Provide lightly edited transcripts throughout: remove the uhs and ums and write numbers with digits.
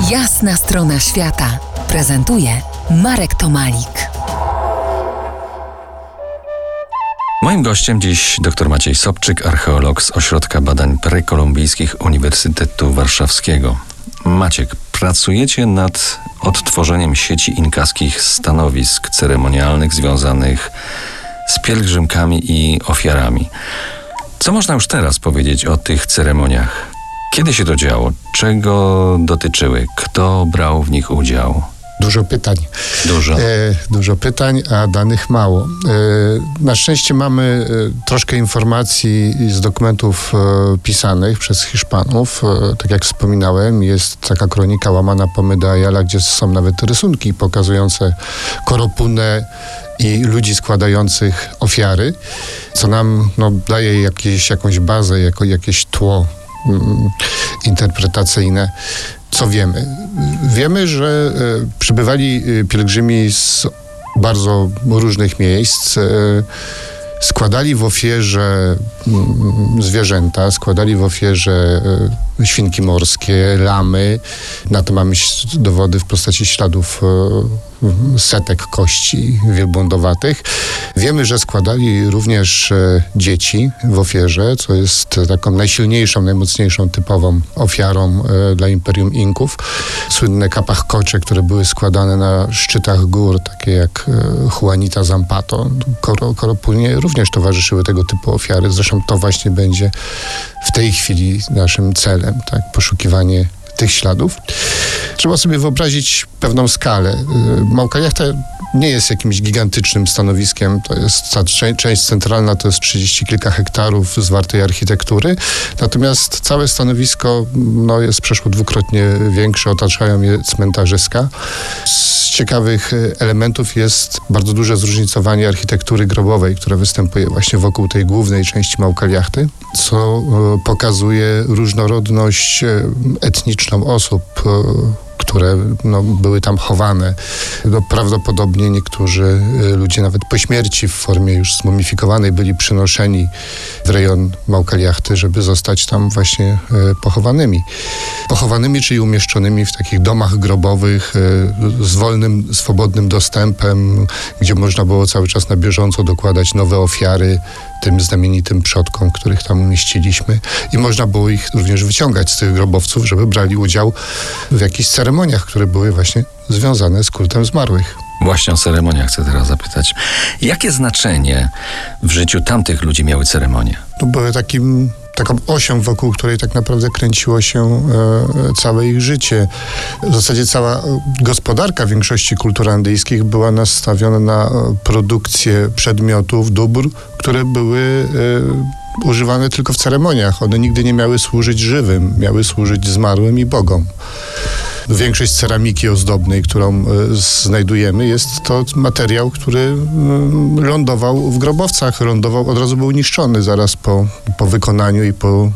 Jasna strona świata prezentuje Marek Tomalik. Moim gościem dziś dr Maciej Sobczyk, archeolog z Ośrodka Badań Prekolumbijskich Uniwersytetu Warszawskiego. Maciek, pracujecie nad odtworzeniem sieci inkaskich stanowisk ceremonialnych związanych z pielgrzymkami i ofiarami. Co można już teraz powiedzieć o tych ceremoniach? Kiedy się to działo? Czego dotyczyły? Kto brał w nich udział? Dużo pytań. Dużo pytań, a danych mało. Na szczęście mamy troszkę informacji z dokumentów pisanych przez Hiszpanów. Tak jak wspominałem, jest taka kronika łamana po de Ayala, gdzie są nawet rysunki pokazujące Koropunę i ludzi składających ofiary, co nam daje jakąś bazę, jakieś tło interpretacyjne. Co wiemy? Wiemy, że przybywali pielgrzymi z bardzo różnych miejsc, składali w ofierze zwierzęta, składali w ofierze świnki morskie, lamy. Na to mamy dowody w postaci śladów setek kości wielbłądowatych. Wiemy, że składali również dzieci w ofierze, co jest taką najsilniejszą, najmocniejszą typową ofiarą dla Imperium Inków. Słynne kapachkocze, które były składane na szczytach gór, takie jak Juanita Zampato, Koropunie, również towarzyszyły tego typu ofiary. Zresztą to właśnie będzie w tej chwili naszym celem, tak? Poszukiwanie tych śladów. Trzeba sobie wyobrazić pewną skalę. Małkaliachta nie jest jakimś gigantycznym stanowiskiem. To jest ta część centralna, to jest 30 kilka hektarów zwartej architektury. Natomiast całe stanowisko jest przeszło dwukrotnie większe, otaczają je cmentarzyska. Z ciekawych elementów jest bardzo duże zróżnicowanie architektury grobowej, która występuje właśnie wokół tej głównej części Małkaliachty, co pokazuje różnorodność etniczną osób, które były tam chowane. Prawdopodobnie niektórzy ludzie nawet po śmierci w formie już zmumifikowanej byli przynoszeni w rejon Małkaliachty, żeby zostać tam właśnie pochowanymi, czyli umieszczonymi w takich domach grobowych z wolnym, swobodnym dostępem, gdzie można było cały czas na bieżąco dokładać nowe ofiary tym znamienitym przodkom, których tam umieściliśmy. I można było ich również wyciągać z tych grobowców, żeby brali udział w jakichś ceremoniach, które były właśnie związane z kultem zmarłych. Właśnie o ceremoniach chcę teraz zapytać. Jakie znaczenie w życiu tamtych ludzi miały ceremonie? To były taką osią, wokół której tak naprawdę kręciło się całe ich życie. W zasadzie cała gospodarka większości kultur andyjskich była nastawiona na produkcję przedmiotów, dóbr, które były używane tylko w ceremoniach. One nigdy nie miały służyć żywym, miały służyć zmarłym i bogom. Większość ceramiki ozdobnej, którą znajdujemy, jest to materiał, który lądował w grobowcach, od razu był niszczony zaraz po wykonaniu i po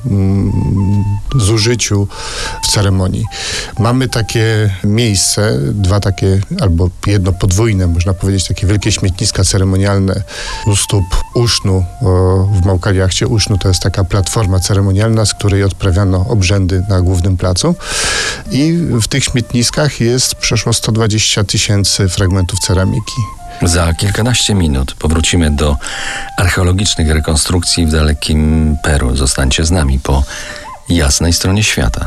zużyciu w ceremonii. Mamy takie miejsce, dwa takie, albo jedno podwójne, można powiedzieć, takie wielkie śmietniska ceremonialne u stóp Usznu w Małkaliachcie. Usznu to jest taka platforma ceremonialna, z której odprawiano obrzędy na głównym placu. I w tych śmietniskach jest przeszło 120 000 fragmentów ceramiki. Za kilkanaście minut powrócimy do archeologicznych rekonstrukcji w dalekim Peru. Zostańcie z nami po jasnej stronie świata.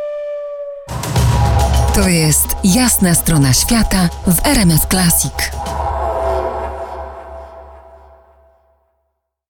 To jest Jasna strona świata w RMF Classic.